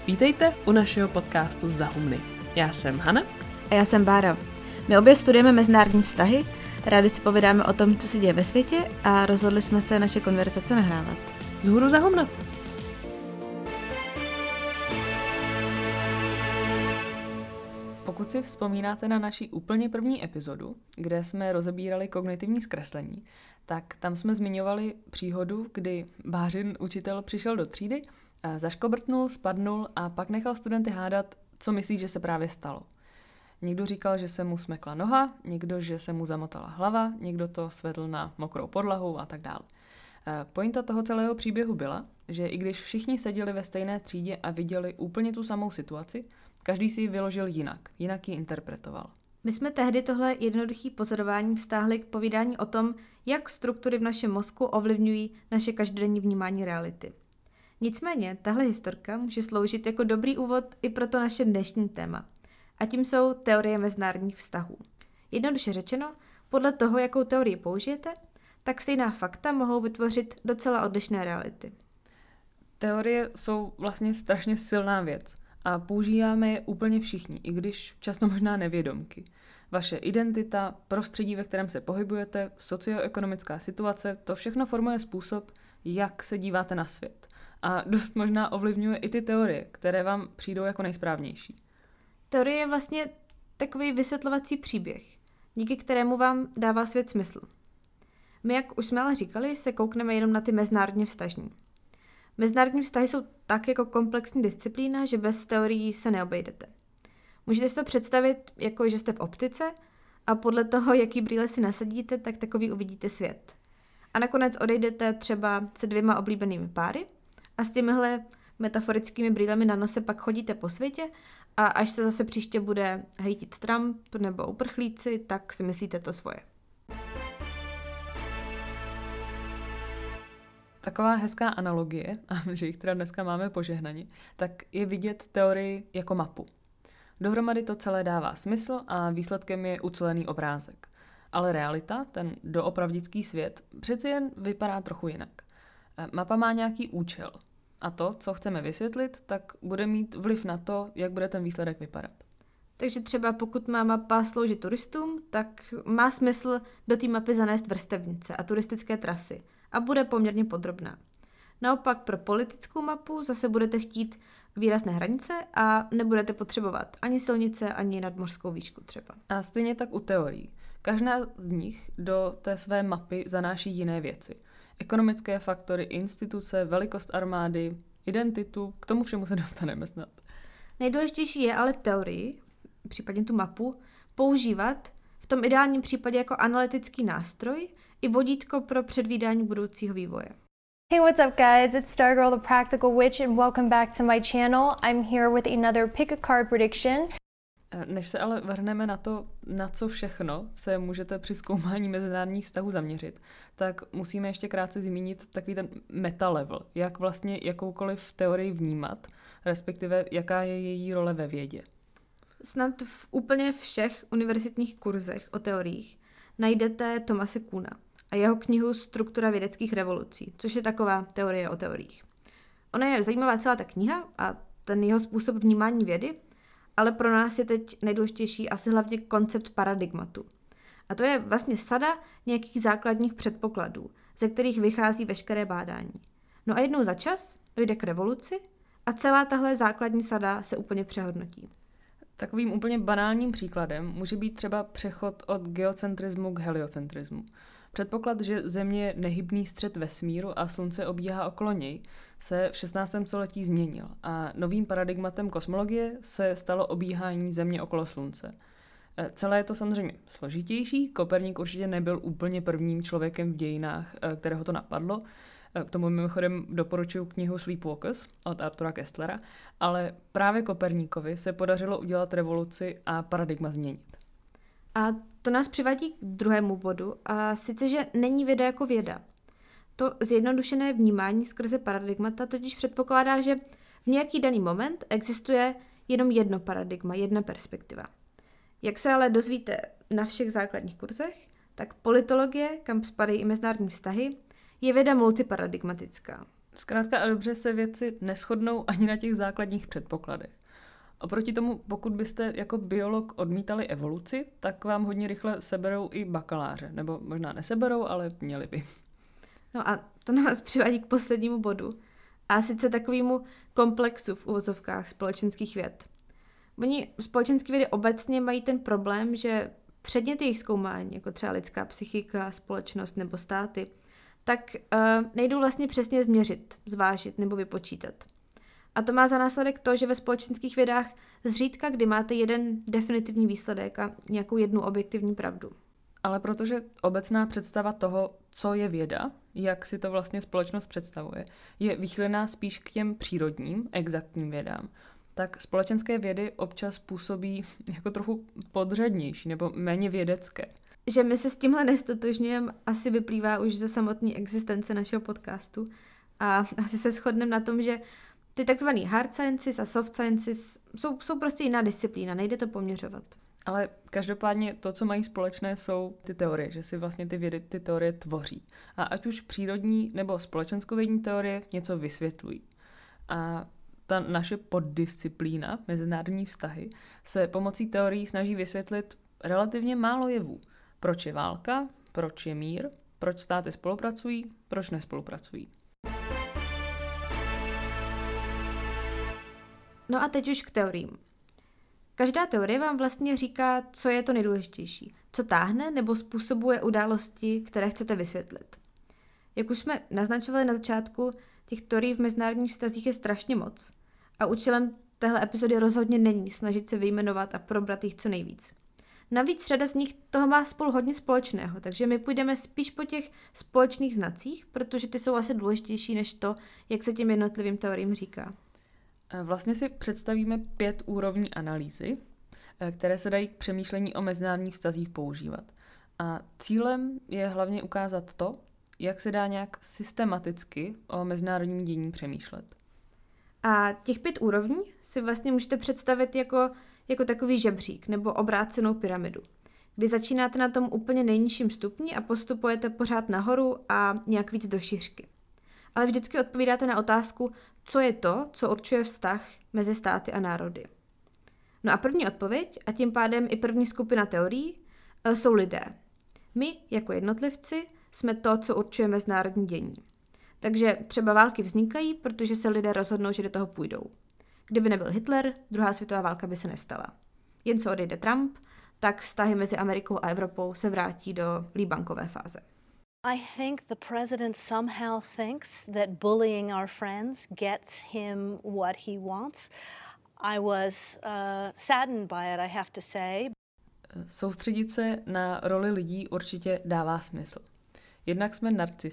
Vítejte u našeho podcastu Za humny. Já jsem Hana. A já jsem Bára. My obě studujeme mezinárodní vztahy, rádi si povídáme o tom, co se děje ve světě a rozhodli jsme se naše konverzace nahrávat. Vzhůru za humna. Pokud si vzpomínáte na naši úplně první epizodu, kde jsme rozebírali kognitivní zkreslení, tak tam jsme zmiňovali příhodu, kdy Bářin učitel přišel do třídy, zaškobrtnul, spadnul a pak nechal studenty hádat, co myslí, že se právě stalo. Někdo říkal, že se mu smekla noha, někdo, že se mu zamotala hlava, někdo to svedl na mokrou podlahu a tak dále. Pointa toho celého příběhu byla, že i když všichni seděli ve stejné třídě a viděli úplně tu samou situaci, každý si ji vyložil jinak ji interpretoval. My jsme tehdy tohle jednoduché pozorování vztáhli k povídání o tom, jak struktury v našem mozku ovlivňují naše každodenní vnímání reality. Nicméně, tahle historka může sloužit jako dobrý úvod i pro to naše dnešní téma. A tím jsou teorie mezinárodních vztahů. Jednoduše řečeno, podle toho, jakou teorii použijete, tak stejná fakta mohou vytvořit docela odlišné reality. Teorie jsou vlastně strašně silná věc a používáme je úplně všichni, i když často možná nevědomky. Vaše identita, prostředí, ve kterém se pohybujete, socioekonomická situace, to všechno formuje způsob, jak se díváte na svět. A dost možná ovlivňuje i ty teorie, které vám přijdou jako nejsprávnější. Teorie je vlastně takový vysvětlovací příběh, díky kterému vám dává svět smysl. My, jak už jsme ale říkali, se koukneme jenom na ty mezinárodně vztažní. Mezinárodní vztahy jsou tak jako komplexní disciplína, že bez teorií se neobejdete. Můžete si to představit, jako že jste v optice a podle toho, jaký brýle si nasadíte, tak takový uvidíte svět. A nakonec odejdete třeba se 2 oblíbenými páry a s těmihle metaforickými brýlemi na nose pak chodíte po světě a až se zase příště bude hejtit Trump nebo uprchlíci, tak si myslíte to svoje. Taková hezká analogie, a že jich teda dneska máme požehnaně, tak je vidět teorii jako mapu. Dohromady to celé dává smysl a výsledkem je ucelený obrázek. Ale realita, ten doopravdický svět, přeci jen vypadá trochu jinak. Mapa má nějaký účel. A to, co chceme vysvětlit, tak bude mít vliv na to, jak bude ten výsledek vypadat. Takže třeba pokud má mapa sloužit turistům, tak má smysl do té mapy zanést vrstevnice a turistické trasy a bude poměrně podrobná. Naopak pro politickou mapu zase budete chtít výrazné hranice a nebudete potřebovat ani silnice, ani nadmořskou výšku třeba. A stejně tak u teorií. Každá z nich do té své mapy zanáší jiné věci. Ekonomické faktory, instituce, velikost armády, identitu, k tomu všemu se dostaneme snad. Nejdůležitější je ale teorii, případně tu mapu, používat v tom ideálním případě jako analytický nástroj i vodítko pro předvídání budoucího vývoje. Hey, what's up guys? It's Stargirl the Practical Witch and welcome back to my channel. I'm here with another pick a card prediction. Než se ale vrhneme na to, na co všechno se můžete při zkoumání mezinárodních vztahů zaměřit, tak musíme ještě krátce zmínit takový ten meta level, jak vlastně jakoukoliv teorii vnímat, respektive jaká je její role ve vědě. Snad v úplně všech univerzitních kurzech o teoriích najdete Thomase Kuhna a jeho knihu Struktura vědeckých revolucí, což je taková teorie o teoriích. Ona je zajímavá celá ta kniha a ten jeho způsob vnímání vědy, ale pro nás je teď nejdůležitější asi hlavně koncept paradigmatu. A to je vlastně sada nějakých základních předpokladů, ze kterých vychází veškeré bádání. No a jednou za čas dojde k revoluci a celá tahle základní sada se úplně přehodnotí. Takovým úplně banálním příkladem může být třeba přechod od geocentrismu k heliocentrismu. Předpoklad, že Země je nehybný střed vesmíru a Slunce obíhá okolo něj, se v 16. století změnil a novým paradigmatem kosmologie se stalo obíhání Země okolo Slunce. Celé je to samozřejmě složitější, Koperník určitě nebyl úplně prvním člověkem v dějinách, kterého to napadlo. K tomu mimochodem doporučuji knihu Sleepwalkers od Artura Kesslera, ale právě Koperníkovi se podařilo udělat revoluci a paradigma změnit. A to nás přivádí k druhému bodu, a sice, že není věda jako věda. To zjednodušené vnímání skrze paradigmata totiž předpokládá, že v nějaký daný moment existuje jenom jedno paradigma, jedna perspektiva. Jak se ale dozvíte na všech základních kurzech, tak politologie, kam spadají i mezinárodní vztahy, je věda multiparadigmatická. Zkrátka a dobře se vědci neshodnou ani na těch základních předpokladech. Oproti tomu, pokud byste jako biolog odmítali evoluci, tak vám hodně rychle seberou i bakaláře. Nebo možná neseberou, ale měli by. No a to nás přivádí k poslednímu bodu. A sice takovému komplexu v uvozovkách společenských věd. Oni společenské vědy obecně mají ten problém, že předměty jejich zkoumání, jako třeba lidská psychika, společnost nebo státy, tak nejdou vlastně přesně změřit, zvážit nebo vypočítat. A to má za následek to, že ve společenských vědách zřídka kdy máte jeden definitivní výsledek a nějakou jednu objektivní pravdu. Ale protože obecná představa toho, co je věda, jak si to vlastně společnost představuje, je vychýlená spíš k těm přírodním, exaktním vědám, tak společenské vědy občas působí jako trochu podřadnější nebo méně vědecké. Že my se s tímhle nestotožňujeme, asi vyplývá už ze samotné existence našeho podcastu a asi se shodneme na tom, že ty takzvaný hard sciences a soft sciences jsou prostě jiná disciplína, nejde to poměřovat. Ale každopádně to, co mají společné, jsou ty teorie, že si vlastně ty vědy ty teorie tvoří. A ať už přírodní nebo společenskovědní teorie něco vysvětlují. A ta naše poddisciplína, mezinárodní vztahy, se pomocí teorií snaží vysvětlit relativně málo jevů. Proč je válka, proč je mír, proč státy spolupracují, proč nespolupracují. No a teď už k teoriím. Každá teorie vám vlastně říká, co je to nejdůležitější, co táhne nebo způsobuje události, které chcete vysvětlit. Jak už jsme naznačovali na začátku, těch teorií v mezinárodních vztazích je strašně moc a účelem téhle epizody rozhodně není snažit se vyjmenovat a probrat jich co nejvíc. Navíc řada z nich toho má spolu hodně společného, takže my půjdeme spíš po těch společných znacích, protože ty jsou asi důležitější než to, jak se těm jednotlivým teoriím říká. Vlastně si představíme 5 úrovní analýzy, které se dají k přemýšlení o mezinárodních vztazích používat. A cílem je hlavně ukázat to, jak se dá nějak systematicky o mezinárodním dění přemýšlet. A těch 5 úrovní si vlastně můžete představit jako takový žebřík nebo obrácenou pyramidu, kdy začínáte na tom úplně nejnižším stupni a postupujete pořád nahoru a nějak víc do šířky. Ale vždycky odpovídáte na otázku, co je to, co určuje vztah mezi státy a národy. No a první odpověď, a tím pádem i první skupina teorií, jsou lidé. My, jako jednotlivci, jsme to, co určuje mezinárodní dění. Takže třeba války vznikají, protože se lidé rozhodnou, že do toho půjdou. Kdyby nebyl Hitler, druhá světová válka by se nestala. Jen co odejde Trump, tak vztahy mezi Amerikou a Evropou se vrátí do líbankové fáze. I think the president somehow thinks that bullying our friends gets him what he wants. I was saddened by it, I have to say. Soustředit se na roli lidí určitě dává smysl. Jednak jsme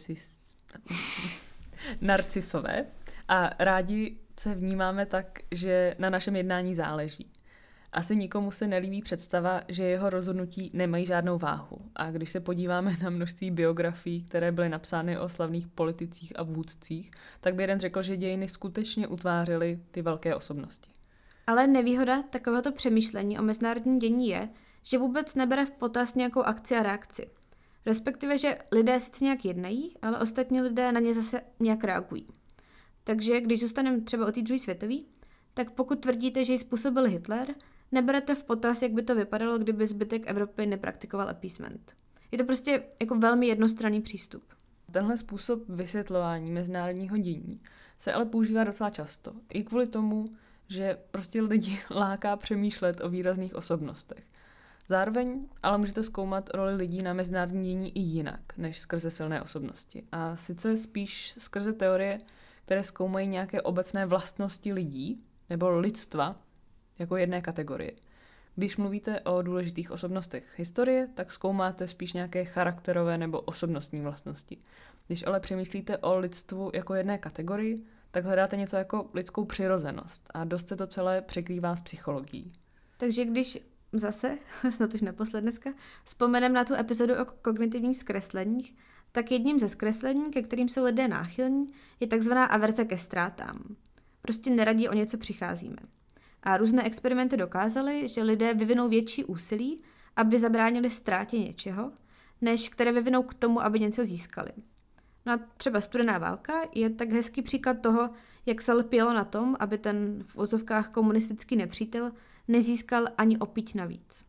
narcisové a rádi se vnímáme tak, že na našem jednání záleží. Asi nikomu se nelíbí představa, že jeho rozhodnutí nemají žádnou váhu. A když se podíváme na množství biografií, které byly napsány o slavných politicích a vůdcích, tak by jeden řekl, že dějiny skutečně utvářely ty velké osobnosti. Ale nevýhoda takovéhoto přemýšlení o mezinárodním dění je, že vůbec nebere v potaz nějakou akci a reakci. Respektive, že lidé sice nějak jednají, ale ostatní lidé na ně zase nějak reagují. Takže když zůstaneme třeba o té druhé světové, tak pokud tvrdíte, že ji způsobil Hitler, neberete v potaz, jak by to vypadalo, kdyby zbytek Evropy nepraktikoval appeasement. Je to prostě jako velmi jednostranný přístup. Tenhle způsob vysvětlování mezinárodního dění se ale používá docela často. I kvůli tomu, že prostě lidi láká přemýšlet o výrazných osobnostech. Zároveň ale můžete zkoumat roli lidí na mezinárodní dění i jinak, než skrze silné osobnosti. A sice spíš skrze teorie, které zkoumají nějaké obecné vlastnosti lidí nebo lidstva jako jedné kategorie. Když mluvíte o důležitých osobnostech historie, tak zkoumáte spíš nějaké charakterové nebo osobnostní vlastnosti. Když ale přemýšlíte o lidstvu jako jedné kategorii, tak hledáte něco jako lidskou přirozenost a dost se to celé překrývá s psychologií. Takže když zase, snad už naposled dneska, vzpomenem na tu epizodu o kognitivních zkresleních, tak jedním ze zkreslení, ke kterým jsou lidé náchylní, je takzvaná averze ke ztrátám. Prostě neradí o něco přicházíme. A různé experimenty dokázaly, že lidé vyvinou větší úsilí, aby zabránili ztrátě něčeho, než které vyvinou k tomu, aby něco získali. No a třeba studená válka je tak hezký příklad toho, jak se lpělo na tom, aby ten v ozovkách komunistický nepřítel nezískal ani opíť navíc.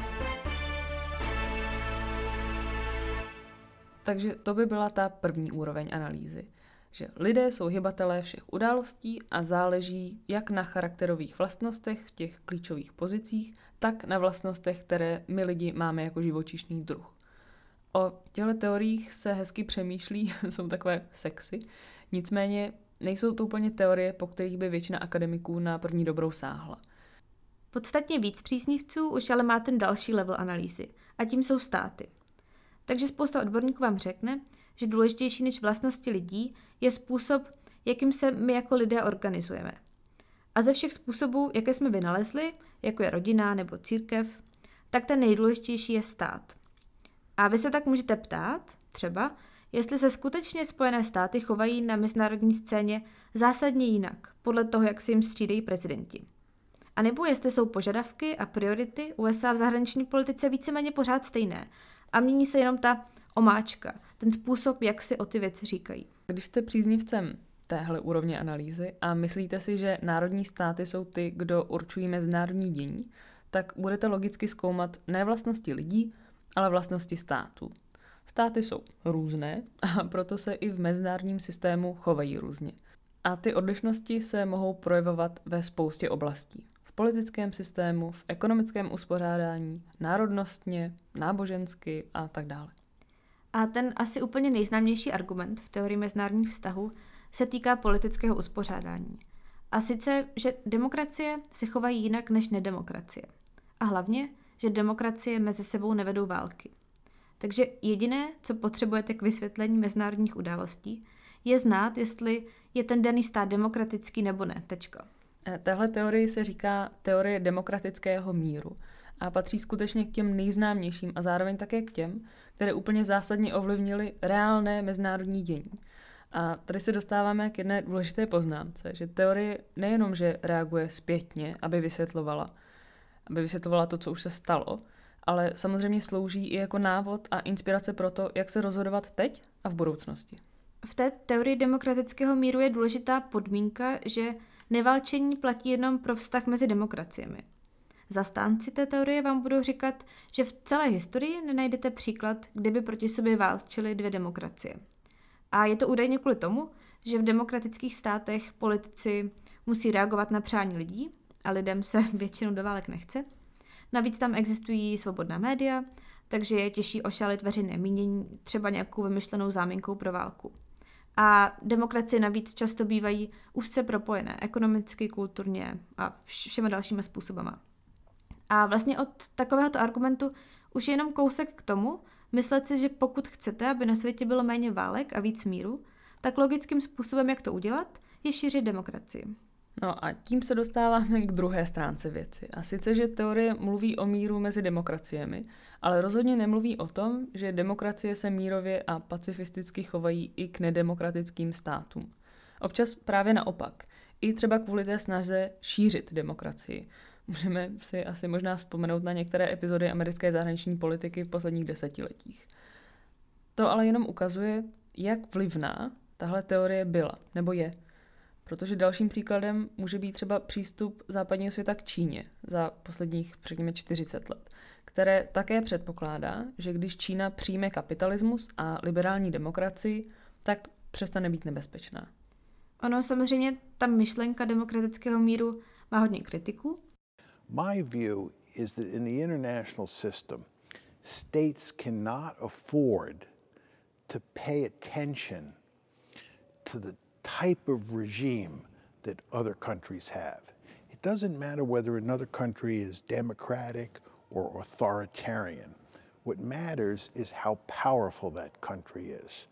Takže to by byla ta první úroveň analýzy. Že lidé jsou hybatelé všech událostí a záleží jak na charakterových vlastnostech v těch klíčových pozicích, tak na vlastnostech, které my lidi máme jako živočišný druh. O těchto teoriích se hezky přemýšlí, jsou takové sexy, nicméně nejsou to úplně teorie, po kterých by většina akademiků na první dobrou sáhla. Podstatně víc příznivců už ale má ten další level analýzy a tím jsou státy. Takže spousta odborníků vám řekne, že důležitější než vlastnosti lidí je způsob, jakým se my jako lidé organizujeme. A ze všech způsobů, jaké jsme vynalezli, jako je rodina nebo církev, tak ten nejdůležitější je stát. A vy se tak můžete ptát, třeba, jestli se skutečně Spojené státy chovají na mezinárodní scéně zásadně jinak, podle toho, jak se jim střídají prezidenti. A nebo jestli jsou požadavky a priority USA v zahraniční politice víceméně pořád stejné a mění se jenom ta omáčka, ten způsob, jak si o ty věci říkají. Když jste příznivcem téhle úrovně analýzy a myslíte si, že národní státy jsou ty, kdo určují mezinárodní dění, tak budete logicky zkoumat ne vlastnosti lidí, ale vlastnosti států. Státy jsou různé a proto se i v mezinárodním systému chovají různě. A ty odlišnosti se mohou projevovat ve spoustě oblastí. V politickém systému, v ekonomickém uspořádání, národnostně, nábožensky a tak dále. A ten asi úplně nejznámější argument v teorii mezinárodních vztahů se týká politického uspořádání. A sice, že demokracie se chovají jinak než nedemokracie. A hlavně, že demokracie mezi sebou nevedou války. Takže jediné, co potřebujete k vysvětlení mezinárodních událostí, je znát, jestli je ten daný stát demokratický nebo ne. Tečka. Téhle teorii se říká teorie demokratického míru a patří skutečně k těm nejznámějším a zároveň také k těm, které úplně zásadně ovlivnily reálné mezinárodní dění. A tady se dostáváme k jedné důležité poznámce, že teorie nejenom, že reaguje zpětně, aby vysvětlovala to, co už se stalo, ale samozřejmě slouží i jako návod a inspirace pro to, jak se rozhodovat teď a v budoucnosti. V té teorii demokratického míru je důležitá podmínka, že neválčení platí jenom pro vztah mezi demokraciemi. Zastánci té teorie vám budou říkat, že v celé historii nenajdete příklad, kde by proti sobě válčily dvě demokracie. A je to údajně kvůli tomu, že v demokratických státech politici musí reagovat na přání lidí a lidem se většinou do válek nechce. Navíc tam existují svobodná média, takže je těžší ošálit veřejné mínění třeba nějakou vymyšlenou záminkou pro válku. A demokracie navíc často bývají úzce propojené ekonomicky, kulturně a všema dalšíma způsobama. A vlastně od takovéhoto argumentu už je jenom kousek k tomu, myslet si, že pokud chcete, aby na světě bylo méně válek a víc míru, tak logickým způsobem, jak to udělat, je šířit demokracii. No a tím se dostáváme k druhé stránce věci. A sice, že teorie mluví o míru mezi demokraciemi, ale rozhodně nemluví o tom, že demokracie se mírově a pacifisticky chovají i k nedemokratickým státům. Občas právě naopak. I třeba kvůli té snaze šířit demokracii. Můžeme si asi možná vzpomenout na některé epizody americké zahraniční politiky v posledních desetiletích. To ale jenom ukazuje, jak vlivná tahle teorie byla, nebo je. Protože dalším příkladem může být třeba přístup západního světa k Číně za posledních, řekněme, 40 let, které také předpokládá, že když Čína přijme kapitalismus a liberální demokracii, tak přestane být nebezpečná. Ono samozřejmě ta myšlenka demokratického míru má hodně kritiků. My view is that in the international system, states cannot afford to pay attention to the type of regime that other countries have. It doesn't matter whether another country is democratic or authoritarian. What matters is how powerful that country is.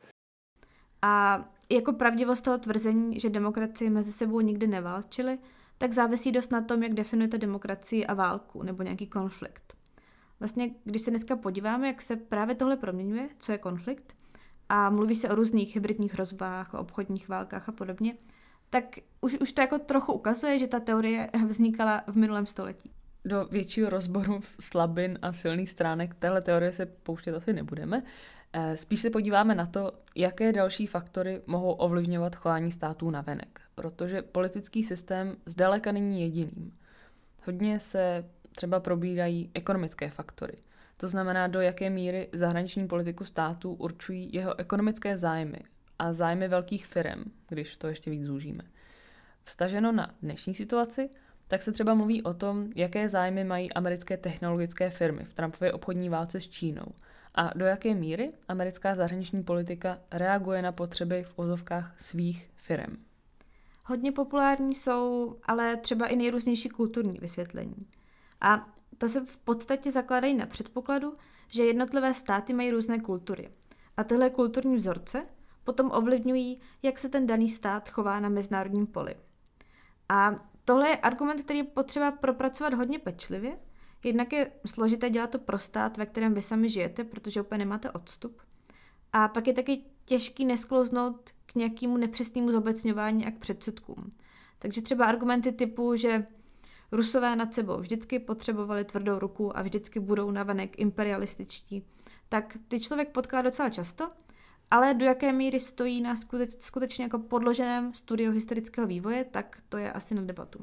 A jako pravdivost toho tvrzení, že demokracie mezi sebou nikdy neválčily, tak závisí dost na tom, jak definujete demokracii a válku nebo nějaký konflikt. Vlastně, když se dneska podíváme, jak se právě tohle proměňuje, co je konflikt, a mluví se o různých hybridních hrozbách, o obchodních válkách a podobně, tak už to jako trochu ukazuje, že ta teorie vznikala v minulém století. Do většího rozboru slabin a silných stránek téhle teorie se pouštět asi nebudeme. Spíš se podíváme na to, jaké další faktory mohou ovlivňovat chování států navenek, protože politický systém zdaleka není jediným. Hodně se třeba probírají ekonomické faktory. To znamená, do jaké míry zahraniční politiku států určují jeho ekonomické zájmy a zájmy velkých firem, když to ještě víc zúžíme. Vztaženo na dnešní situaci, tak se třeba mluví o tom, jaké zájmy mají americké technologické firmy v Trumpově obchodní válce s Čínou a do jaké míry americká zahraniční politika reaguje na potřeby v ozovkách svých firem. Hodně populární jsou ale třeba i nejrůznější kulturní vysvětlení. A ta se v podstatě zakládají na předpokladu, že jednotlivé státy mají různé kultury. A tyhle kulturní vzorce potom ovlivňují, jak se ten daný stát chová na mezinárodním poli. A tohle je argument, který je potřeba propracovat hodně pečlivě. Jednak je složité dělat to pro stát, ve kterém vy sami žijete, protože úplně nemáte odstup. A pak je taky těžký nesklouznout k nějakému nepřesnému zobecňování a k předsudkům. Takže třeba argumenty typu, že Rusové nad sebou vždycky potřebovali tvrdou ruku a vždycky budou navenek imperialističtí, tak ty člověk potká docela často, ale do jaké míry stojí na skutečně jako podloženém studiu historického vývoje, tak to je asi na debatu.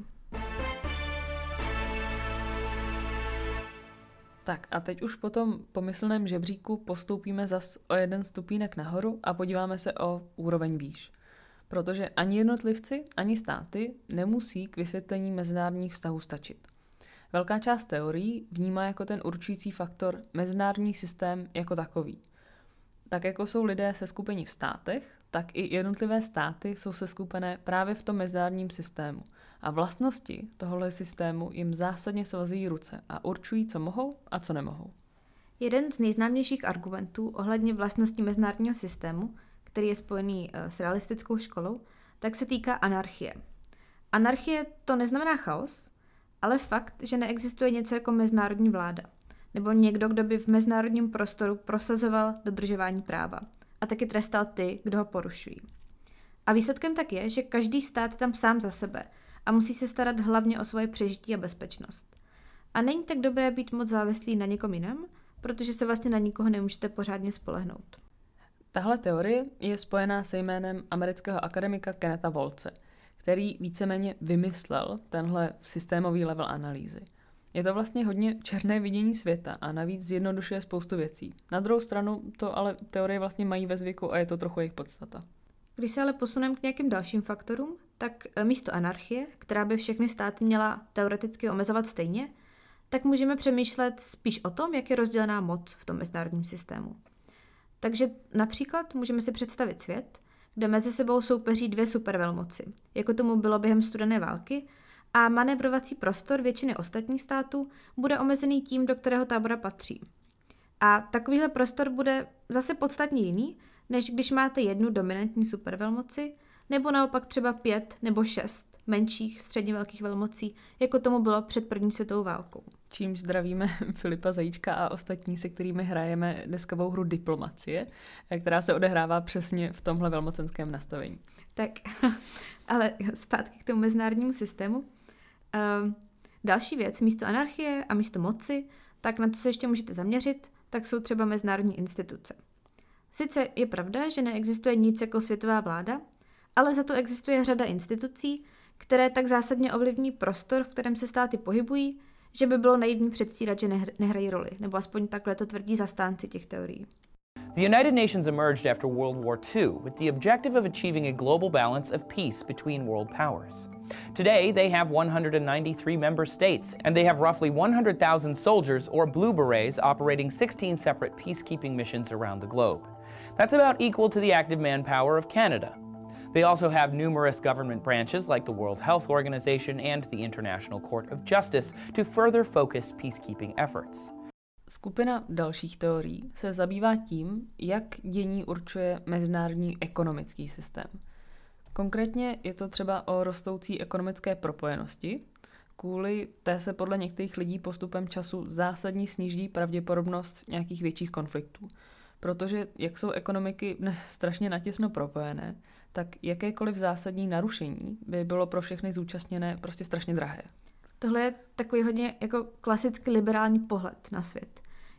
Tak a teď už po tom pomyslném žebříku postoupíme zas o jeden stupínek nahoru a podíváme se o úroveň výš. Protože ani jednotlivci, ani státy nemusí k vysvětlení mezinárodních vztahů stačit. Velká část teorií vnímá jako ten určující faktor mezinárodní systém jako takový. Tak jako jsou lidé seskupení v státech, tak i jednotlivé státy jsou seskupené právě v tom mezinárodním systému. A vlastnosti tohohle systému jim zásadně svazují ruce a určují, co mohou a co nemohou. Jeden z nejznámějších argumentů ohledně vlastností mezinárodního systému, který je spojený s realistickou školou, tak se týká anarchie. Anarchie to neznamená chaos, ale fakt, že neexistuje něco jako mezinárodní vláda, nebo někdo, kdo by v mezinárodním prostoru prosazoval dodržování práva a taky trestal ty, kdo ho porušují. A výsledkem tak je, že každý stát je tam sám za sebe a musí se starat hlavně o svoje přežití a bezpečnost. A není tak dobré být moc závislý na někom jiném, protože se vlastně na nikoho nemůžete pořádně spolehnout. Tahle teorie je spojená se jménem amerického akademika Kennetha Waltze, který víceméně vymyslel tenhle systémový level analýzy. Je to vlastně hodně černé vidění světa a navíc zjednodušuje spoustu věcí. Na druhou stranu to ale teorie vlastně mají ve zvyku a je to trochu jejich podstata. Když se ale posuneme k nějakým dalším faktorům, tak místo anarchie, která by všechny státy měla teoreticky omezovat stejně, tak můžeme přemýšlet spíš o tom, jak je rozdělená moc v tom mezinárodním systému. Takže například můžeme si představit svět, kde mezi sebou soupeří dvě supervelmoci, jako tomu bylo během studené války, a manévrovací prostor většiny ostatních států bude omezený tím, do kterého tábora patří. A takovýhle prostor bude zase podstatně jiný, než když máte jednu dominantní supervelmoci, nebo naopak třeba 5 nebo 6 menších středně velkých velmocí, jako tomu bylo před první světovou válkou. Čímž zdravíme Filipa Zajíčka a ostatní, se kterými hrajeme dneskovou hru Diplomacie, která se odehrává přesně v tomhle velmocenském nastavení. Tak, ale zpátky k tomu mezinárodnímu systému. Další věc, místo anarchie a místo moci, tak na to se ještě můžete zaměřit, tak jsou třeba mezinárodní instituce. Sice je pravda, že neexistuje nic jako světová vláda, ale za to existuje řada institucí, které tak zásadně ovlivní prostor, v kterém se státy pohybují, že by bylo naivní předstírat, že nehrají roli, nebo aspoň takhle to tvrdí zastánci těch teorií. The United Nations emerged after World War II with the objective of achieving a global balance of peace between world powers. Today, they have 193 member states, and they have roughly 100,000 soldiers or Blue Berets operating 16 separate peacekeeping missions around the globe. That's about equal to the active manpower of Canada. They also have numerous government branches like the World Health Organization and the International Court of Justice to further focus peacekeeping efforts. Skupina dalších teorií se zabývá tím, jak dění určuje mezinárodní ekonomický systém. Konkrétně je to třeba o rostoucí ekonomické propojenosti, kvůli té se podle některých lidí postupem času zásadně sníží pravděpodobnost nějakých větších konfliktů. Protože jak jsou ekonomiky dnes strašně natěsno propojené, tak jakékoliv zásadní narušení by bylo pro všechny zúčastněné prostě strašně drahé. Tohle je takový hodně jako klasický liberální pohled na svět.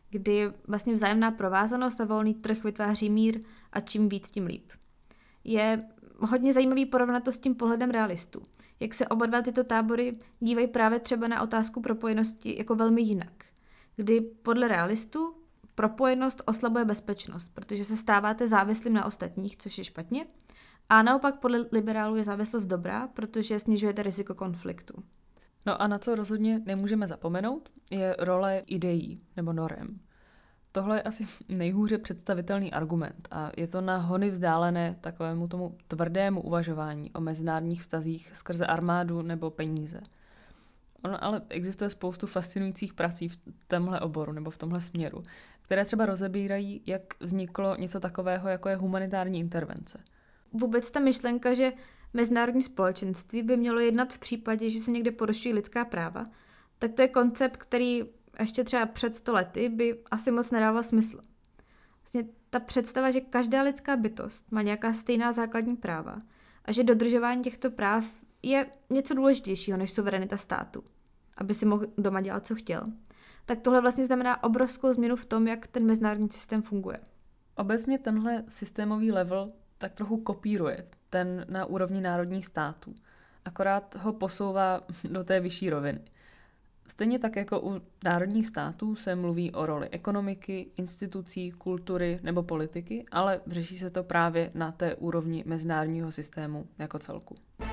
kdy vlastně vzájemná provázanost a volný trh vytváří mír a čím víc, tím líp. Je hodně zajímavý porovnat to s tím pohledem realistů. Jak se oba dva tyto tábory dívají právě třeba na otázku propojenosti jako velmi jinak. Kdy podle realistů propojenost oslabuje bezpečnost, protože se stáváte závislým na ostatních, což je špatně, a naopak podle liberálů je závislost dobrá, protože snižujete riziko konfliktu. No a na co rozhodně nemůžeme zapomenout, je role ideí nebo norem. Tohle je asi nejhůře představitelný argument a je to na hony vzdálené takovému tomu tvrdému uvažování o mezinárodních vztazích skrze armádu nebo peníze. Ono ale existuje spoustu fascinujících prací v tomhle oboru nebo v tomhle směru, které třeba rozebírají, jak vzniklo něco takového, jako je humanitární intervence. Vůbec ta myšlenka, že mezinárodní společenství by mělo jednat v případě, že se někde porušují lidská práva, tak to je koncept, který ještě třeba před 100 lety by asi moc nedával smysl. Vlastně ta představa, že každá lidská bytost má nějaká stejná základní práva a že dodržování těchto práv je něco důležitějšího než suverenita státu, aby si mohl doma dělat, co chtěl, tak tohle vlastně znamená obrovskou změnu v tom, jak ten mezinárodní systém funguje. Obecně tenhle systémový level tak trochu kopíruje ten na úrovni národních států, akorát ho posouvá do té vyšší roviny. Stejně tak jako u národních států se mluví o roli ekonomiky, institucí, kultury nebo politiky, ale řeší se to právě na té úrovni mezinárodního systému jako celku.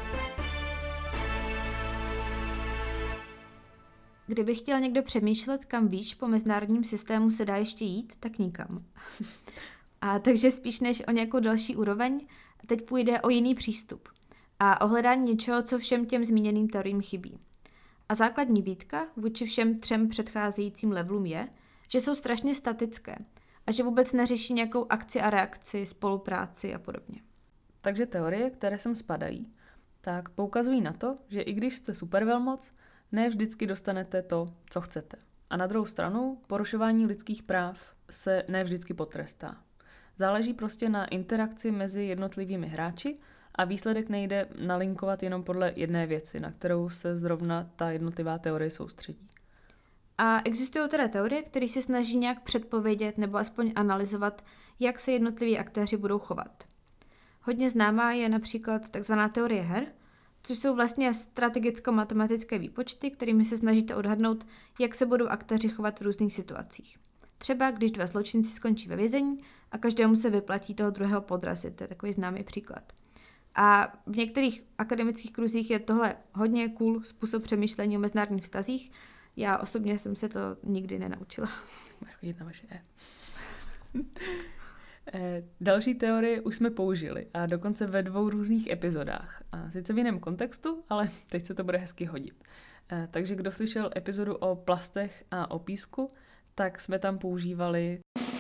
Kdyby chtěl někdo přemýšlet, kam výš po mezinárodním systému se dá ještě jít, tak nikam. A takže spíš než o nějakou další úroveň, teď půjde o jiný přístup a o hledání něčeho, co všem těm zmíněným teoriím chybí. A základní výtka vůči všem 3 předcházejícím levelům je, že jsou strašně statické a že vůbec neřeší nějakou akci a reakci, spolupráci a podobně. Takže teorie, které sem spadají, tak poukazují na to, že i když jste supervelmoc, ne vždycky dostanete to, co chcete. A na druhou stranu, porušování lidských práv se ne vždycky potrestá. Záleží prostě na interakci mezi jednotlivými hráči a výsledek nejde nalinkovat jenom podle jedné věci, na kterou se zrovna ta jednotlivá teorie soustředí. A existují teda teorie, které se snaží nějak předpovědět nebo aspoň analyzovat, jak se jednotliví aktéři budou chovat. Hodně známá je například takzvaná teorie her, což jsou vlastně strategicko-matematické výpočty, kterými se snažíte odhadnout, jak se budou aktéři chovat v různých situacích. Třeba když 2 zločinci skončí ve vězení a každému se vyplatí toho druhého podrazit, to je takový známý příklad. A v některých akademických kruzích je tohle hodně cool způsob přemýšlení o mezinárodních vztazích. Já osobně jsem se to nikdy nenaučila. Máš chodit na vaše Další teorie už jsme použili a dokonce ve 2 různých epizodách. A sice v jiném kontextu, ale teď se to bude hezky hodit. Takže kdo slyšel epizodu o plastech a o písku, tak jsme tam používali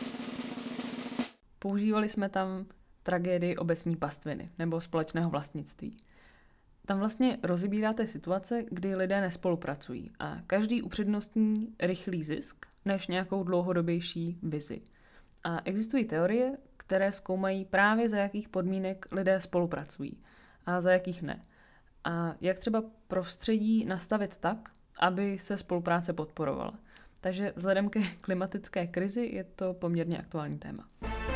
jsme tam tragédii obecní pastviny nebo společného vlastnictví. Tam vlastně rozebíráte situace, kdy lidé nespolupracují a každý upřednostní rychlý zisk než nějakou dlouhodobější vizi. A existují teorie, které zkoumají právě za jakých podmínek lidé spolupracují a za jakých ne. A jak třeba prostředí nastavit tak, aby se spolupráce podporovala. Takže vzhledem ke klimatické krizi je to poměrně aktuální téma.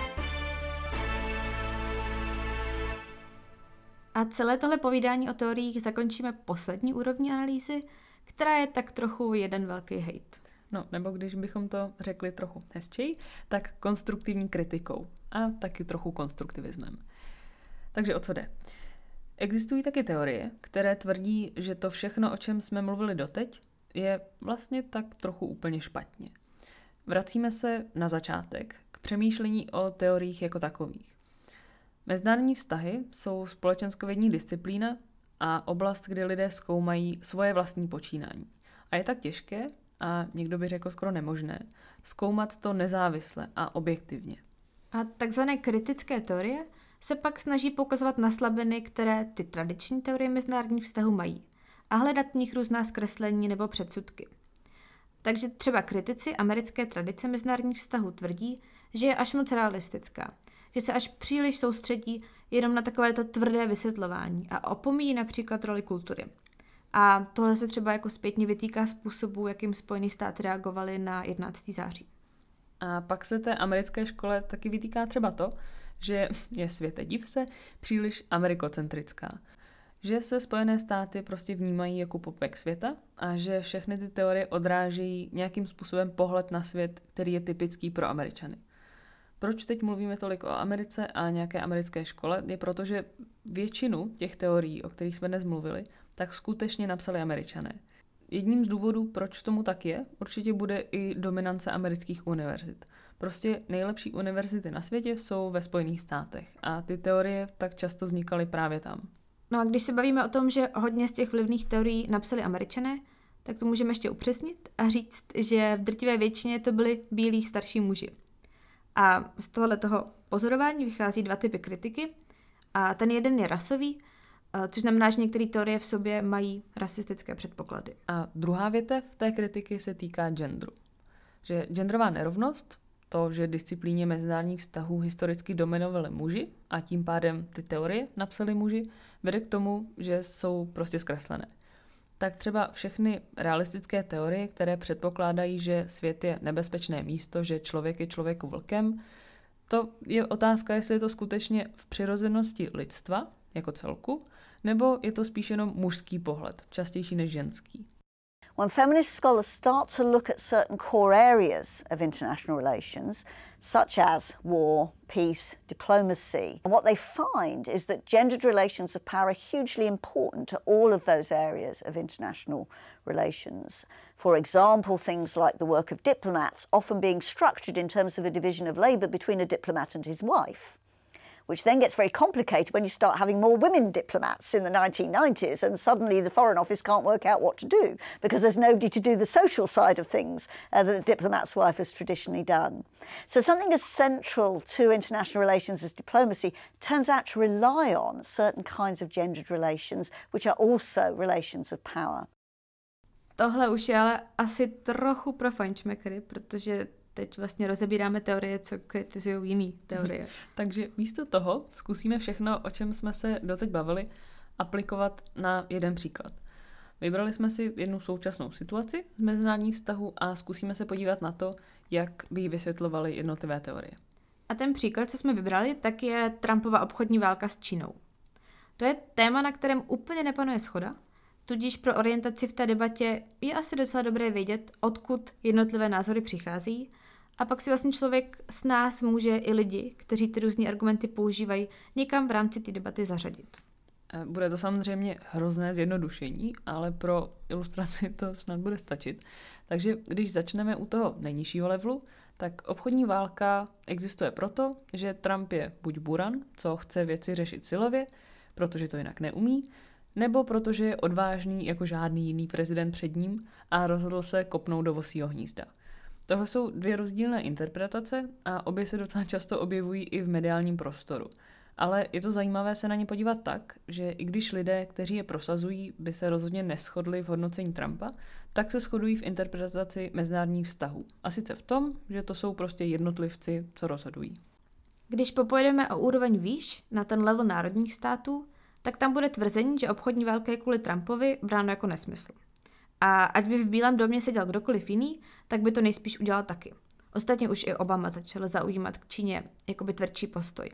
A celé tohle povídání o teoriích zakončíme poslední úrovní analýzy, která je tak trochu jeden velký hejt. No, nebo když bychom to řekli trochu hezčej, tak konstruktivní kritikou a taky trochu konstruktivismem. Takže o co jde? Existují taky teorie, které tvrdí, že to všechno, o čem jsme mluvili doteď, je vlastně tak trochu úplně špatně. Vracíme se na začátek k přemýšlení o teoriích jako takových. Mezinárodní vztahy jsou společenskovědní disciplína a oblast, kde lidé zkoumají svoje vlastní počínání. A je tak těžké, a někdo by řekl skoro nemožné, zkoumat to nezávisle a objektivně. A takzvané kritické teorie se pak snaží poukazovat na slabiny, které ty tradiční teorie mezinárodních vztahů mají a hledat v nich různá zkreslení nebo předsudky. Takže třeba kritici americké tradice mezinárodních vztahů tvrdí, že je až moc realistická, že se až příliš soustředí jenom na takovéto tvrdé vysvětlování a opomíjí například roli kultury. A tohle se třeba jako zpětně vytýká způsobu, jakým Spojené státy reagovaly na 11. září. A pak se té americké škole taky vytýká třeba to, že je, světe div se, příliš amerikocentrická. Že se Spojené státy prostě vnímají jako popek světa a že všechny ty teorie odrážejí nějakým způsobem pohled na svět, který je typický pro Američany. Proč teď mluvíme tolik o Americe a nějaké americké škole? Je proto, že většinu těch teorií, o kterých jsme dnes mluvili, tak skutečně napsali Američané. Jedním z důvodů, proč tomu tak je, určitě bude i dominance amerických univerzit. Prostě nejlepší univerzity na světě jsou ve Spojených státech a ty teorie tak často vznikaly právě tam. No a když se bavíme o tom, že hodně z těch vlivných teorií napsali Američané, tak to můžeme ještě upřesnit a říct, že v drtivé většině to byli bílí starší muži. A z tohoto pozorování vychází 2 typy kritiky a ten jeden je rasový, což znamená, že některé teorie v sobě mají rasistické předpoklady. A druhá větev té kritiky se týká genderu. Že genderová nerovnost, to, že disciplíně mezinárodních vztahů historicky dominovali muži a tím pádem ty teorie napsali muži, vede k tomu, že jsou prostě zkreslené. Tak třeba všechny realistické teorie, které předpokládají, že svět je nebezpečné místo, že člověk je člověku vlkem, to je otázka, jestli je to skutečně v přirozenosti lidstva jako celku, nebo je to spíš jenom mužský pohled, častější než ženský. When feminist scholars start to look at certain core areas of international relations, such as war, peace, diplomacy, what they find is that gendered relations of power are hugely important to all of those areas of international relations. For example, things like the work of diplomats often being structured in terms of a division of labour between a diplomat and his wife, which then gets very complicated when you start having more women diplomats in the 1990s and suddenly the Foreign Office can't work out what to do because there's nobody to do the social side of things that the diplomat's wife has traditionally done. So something as central to international relations as diplomacy turns out to rely on certain kinds of gendered relations, which are also relations of power. Tohle už je ale asi trochu pro fajnšmekry, protože teď vlastně rozebíráme teorie, co kritizují jiný teorie. Takže místo toho zkusíme všechno, o čem jsme se doteď bavili, aplikovat na jeden příklad. Vybrali jsme si jednu současnou situaci z mezinárodních vztahů a zkusíme se podívat na to, jak by ji vysvětlovaly jednotlivé teorie. A ten příklad, co jsme vybrali, tak je Trumpova obchodní válka s Čínou. To je téma, na kterém úplně nepanuje shoda, tudíž pro orientaci v té debatě je asi docela dobré vědět, odkud jednotlivé názory přichází, a pak si vlastně člověk s nás může i lidi, kteří ty různé argumenty používají, někam v rámci té debaty zařadit. Bude to samozřejmě hrozné zjednodušení, ale pro ilustraci to snad bude stačit. Takže když začneme u toho nejnižšího levelu, tak obchodní válka existuje proto, že Trump je buď buran, co chce věci řešit silově, protože to jinak neumí, nebo protože je odvážný jako žádný jiný prezident před ním a rozhodl se kopnout do vosího hnízda. Tohle jsou 2 rozdílné interpretace a obě se docela často objevují i v mediálním prostoru. Ale je to zajímavé se na ně podívat tak, že i když lidé, kteří je prosazují, by se rozhodně neshodli v hodnocení Trumpa, tak se shodují v interpretaci mezinárodních vztahů. A sice v tom, že to jsou prostě jednotlivci, co rozhodují. Když popojedeme o úroveň výš na ten level národních států, tak tam bude tvrzení, že obchodní válka je kvůli Trumpovi bráno jako nesmysl. A ať by v Bílém domě seděl kdokoliv jiný, tak by to nejspíš udělal taky. Ostatně už i Obama začal zaujímat k Číně jakoby tvrdší postoj.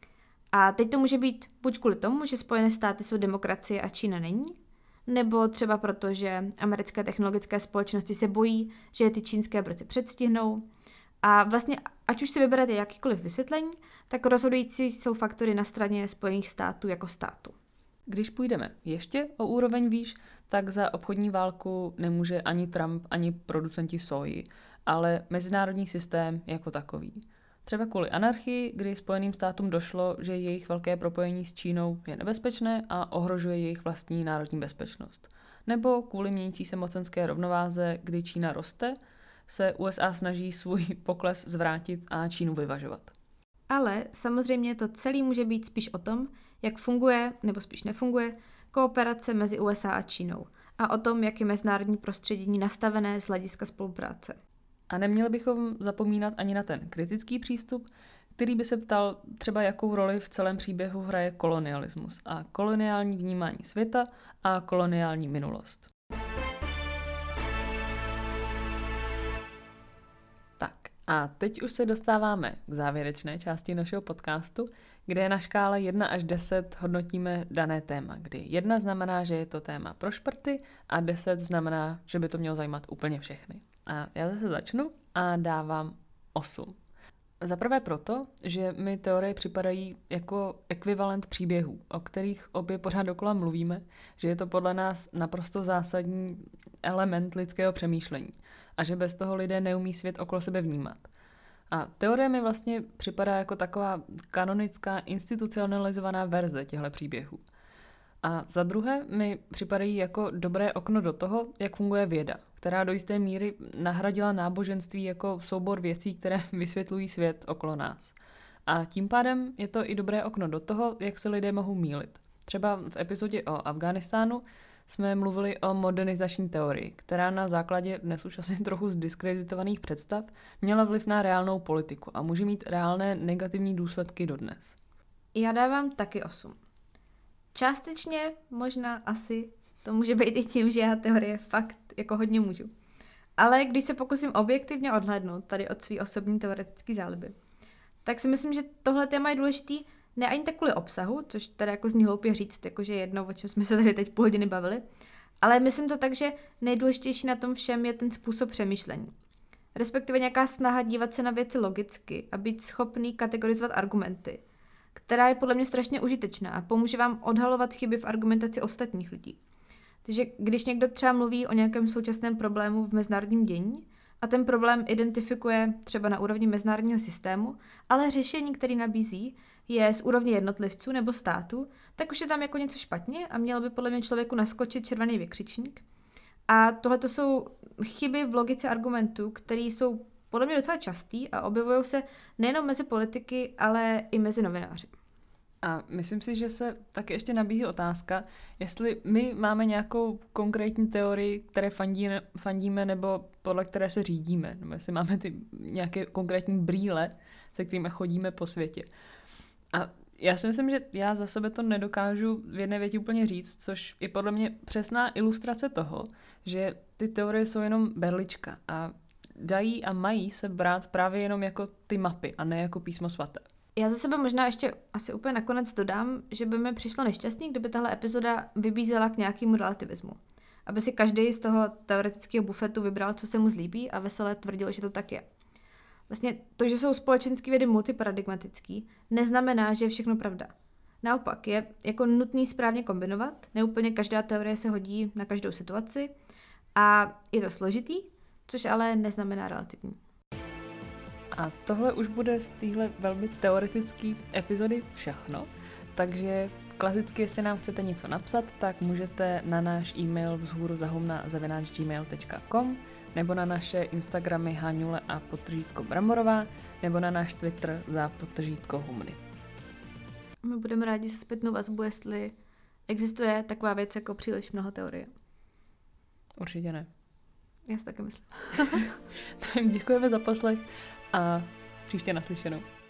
A teď to může být buď kvůli tomu, že Spojené státy jsou demokracie a Čína není, nebo třeba proto, že americké technologické společnosti se bojí, že je ty čínské brzy předstihnou. A vlastně, ať už si vyberete jakýkoliv vysvětlení, tak rozhodující jsou faktory na straně Spojených států jako státu. Když půjdeme ještě o úroveň výš, tak za obchodní válku nemůže ani Trump, ani producenti soji, ale mezinárodní systém jako takový. Třeba kvůli anarchii, kdy Spojeným státům došlo, že jejich velké propojení s Čínou je nebezpečné a ohrožuje jejich vlastní národní bezpečnost. Nebo kvůli měnící se mocenské rovnováze, kdy Čína roste, se USA snaží svůj pokles zvrátit a Čínu vyvažovat. Ale samozřejmě to celé může být spíš o tom, jak funguje, nebo spíš nefunguje, kooperace mezi USA a Čínou a o tom, jak je mezinárodní prostředí nastavené z hlediska spolupráce. A neměli bychom zapomínat ani na ten kritický přístup, který by se ptal třeba, jakou roli v celém příběhu hraje kolonialismus a koloniální vnímání světa a koloniální minulost. Tak A teď už se dostáváme k závěrečné části našeho podcastu, kde na škále 1 až 10 hodnotíme dané téma, kdy 1 znamená, že je to téma pro šprty a 10 znamená, že by to mělo zajímat úplně všechny. A já zase začnu a dávám 8. Za prvé proto, že mi teorie připadají jako ekvivalent příběhů, o kterých obě pořád dokola mluvíme, že je to podle nás naprosto zásadní element lidského přemýšlení a že bez toho lidé neumí svět okolo sebe vnímat. A teorie mi vlastně připadá jako taková kanonická, institucionalizovaná verze těchto příběhů. A za druhé mi připadají jako dobré okno do toho, jak funguje věda, která do jisté míry nahradila náboženství jako soubor věcí, které vysvětlují svět okolo nás. A tím pádem je to i dobré okno do toho, jak se lidé mohou mýlit. Třeba v epizodě o Afghánistánu jsme mluvili o modernizační teorii, která na základě dnes už asi trochu zdiskreditovaných představ měla vliv na reálnou politiku a může mít reálné negativní důsledky dodnes. Já dávám taky 8. Částečně možná asi to může být i tím, že já teorie fakt jako hodně můžu. Ale když se pokusím objektivně odhlédnout tady od svý osobní teoretické záliby, tak si myslím, že tohle téma je důležitý ne ani tak kvůli obsahu, což tady jako zní hloupě říct, jakože jedno, o čem jsme se tady teď půl hodiny bavili, ale myslím to tak, že nejdůležitější na tom všem je ten způsob přemýšlení. Respektive nějaká snaha dívat se na věci logicky a být schopný kategorizovat argumenty, která je podle mě strašně užitečná a pomůže vám odhalovat chyby v argumentaci ostatních lidí. Takže když někdo třeba mluví o nějakém současném problému v mezinárodním dění a ten problém identifikuje třeba na úrovni mezinárodního systému, ale řešení, který nabízí, je z úrovně jednotlivců nebo států, tak už je tam jako něco špatně a měl by podle mě člověku naskočit červený vykřičník. A tohle to jsou chyby v logice argumentů, které jsou podle mě docela častý a objevují se nejenom mezi politiky, ale i mezi novináři. A myslím si, že se taky ještě nabízí otázka, jestli my máme nějakou konkrétní teorii, které fandíme nebo podle které se řídíme, nebo jestli máme ty nějaké konkrétní brýle, se kterými chodíme po světě. A já si myslím, že já za sebe to nedokážu v jedné větě úplně říct, což je podle mě přesná ilustrace toho, že ty teorie jsou jenom berlička a dají a mají se brát právě jenom jako ty mapy a ne jako písmo svaté. Já za sebe možná ještě asi úplně nakonec dodám, že by mi přišlo nešťastný, kdyby tahle epizoda vybízela k nějakému relativismu. Aby si každý z toho teoretického bufetu vybral, co se mu zlíbí a veselé tvrdil, že to tak je. Vlastně to, že jsou společenské vědy multiparadigmatický, neznamená, že je všechno pravda. Naopak, je jako nutný správně kombinovat, neúplně každá teorie se hodí na každou situaci a je to složitý, což ale neznamená relativní. A tohle už bude z téhle velmi teoretické epizody všechno, takže klasicky, jestli nám chcete něco napsat, tak můžete na náš e-mail vzhůruzahumna@gmail.com nebo na naše Instagramy Háňule a _Bramorová nebo na náš Twitter za _Humny. My budeme rádi za zpětnou vazbu, jestli existuje taková věc jako příliš mnoho teorie. Určitě ne. Já si taky myslím. Tak děkujeme za poslech a příště naslyšenou.